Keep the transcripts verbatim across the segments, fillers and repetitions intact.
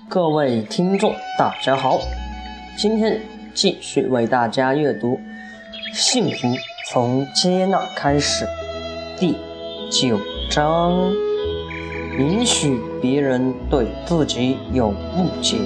各位听众大家好，今天继续为大家阅读《幸福从接纳开始》第九章，允许别人对自己有误解。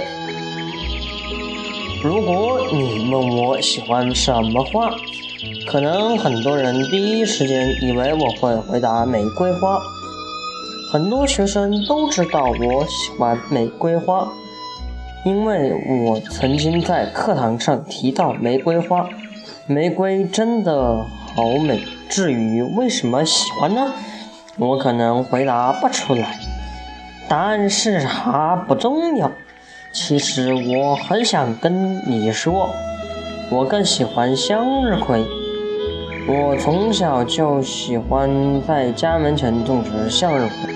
如果你问我喜欢什么花，可能很多人第一时间以为我会回答玫瑰花。很多学生都知道我喜欢玫瑰花，因为我曾经在课堂上提到玫瑰花。玫瑰真的好美，至于为什么喜欢呢？我可能回答不出来，答案是啥不重要。其实我很想跟你说，我更喜欢向日葵。我从小就喜欢在家门前种植向日葵，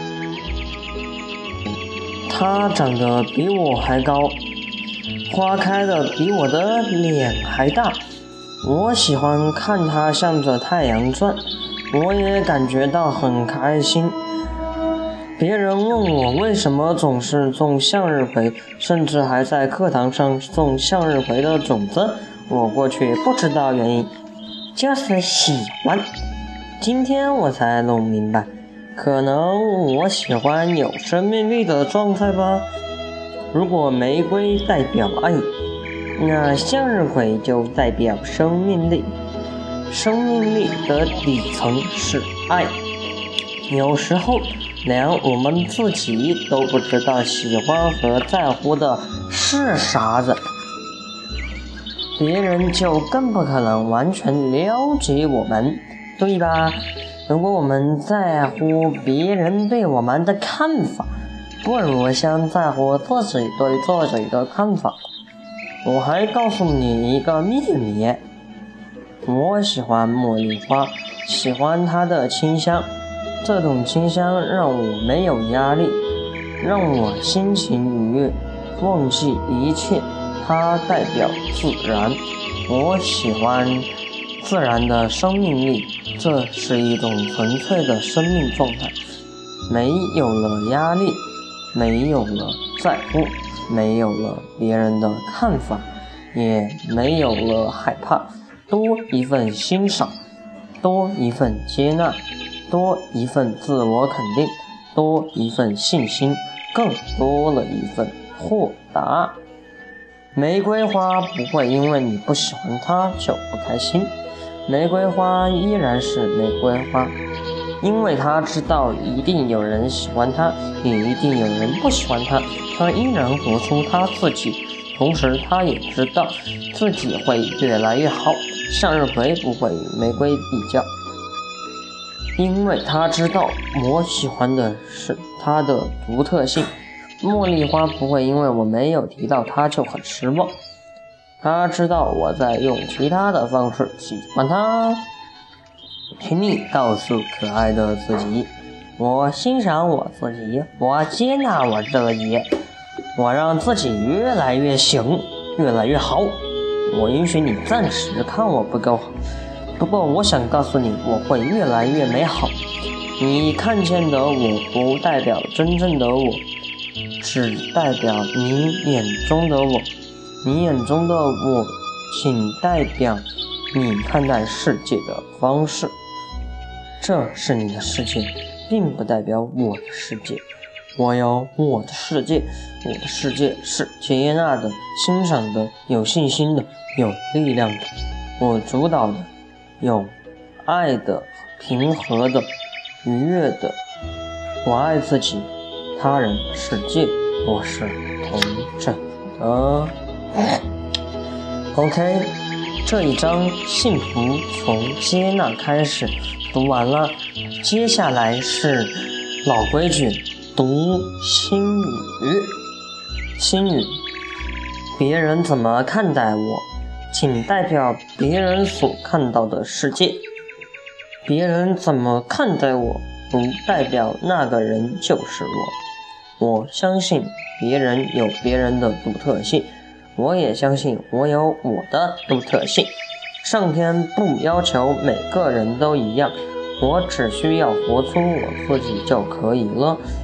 它长得比我还高，花开的比我的脸还大。我喜欢看它向着太阳转，我也感觉到很开心。别人问我为什么总是种向日葵，甚至还在课堂上种向日葵的种子，我过去不知道原因，就是喜欢。今天我才弄明白，可能我喜欢有生命力的状态吧。如果玫瑰代表爱，那向日葵就代表生命力。生命力的底层是爱。有时候连我们自己都不知道喜欢和在乎的是啥子，别人就更不可能完全了解我们，对吧？如果我们在乎别人对我们的看法，不如先在乎自己对自己的看法。我还告诉你一个秘密，我喜欢茉莉花，喜欢它的清香。这种清香让我没有压力，让我心情愉悦，忘记一切。它代表自然，我喜欢自然的生命力，这是一种纯粹的生命状态，没有了压力，没有了在乎，没有了别人的看法，也没有了害怕，多一份欣赏，多一份接纳，多一份自我肯定，多一份信心，更多了一份豁达。玫瑰花不会因为你不喜欢它就不开心，玫瑰花依然是玫瑰花，因为它知道一定有人喜欢它，也一定有人不喜欢它，它依然活出它自己，同时它也知道自己会越来越好。向日葵不会与玫瑰比较，因为他知道我喜欢的是它的独特性。茉莉花不会因为我没有提到它就很失望，他知道我在用其他的方式喜欢它。请你告诉可爱的自己，我欣赏我自己，我接纳我自己，我让自己越来越行，越来越好。我允许你暂时看我不够好，不过我想告诉你，我会越来越美好。你看见的我不代表真正的我，只代表你眼中的我。你眼中的我仅代表你看待世界的方式，这是你的世界，并不代表我的世界。我有我的世界，我的世界是接纳的、欣赏的、有信心的、有力量的，我主导的、有爱的、平和的、愉悦的。我爱自己，他人、世界，我是同整的。OK， 这一章幸福从接纳开始读完了，接下来是老规矩，读心语。心语，别人怎么看待我，仅代表别人所看到的世界。别人怎么看待我，不代表那个人就是我。我相信别人有别人的独特性，我也相信我有我的独特性。上天不要求每个人都一样，我只需要活出我自己就可以了。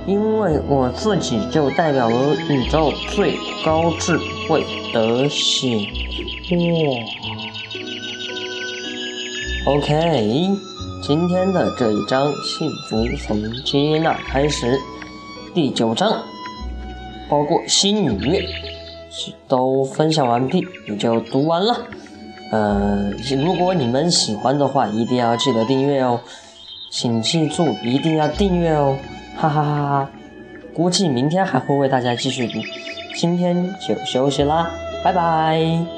因为我自己就代表了宇宙最高智慧的显化。OK， 今天的这一章幸福从接纳开始，第九章包括新与月都分享完毕，也就读完了。呃，如果你们喜欢的话，一定要记得订阅哦，请记住一定要订阅哦，哈哈哈哈！估计明天还会为大家继续读，今天就休息啦，拜拜。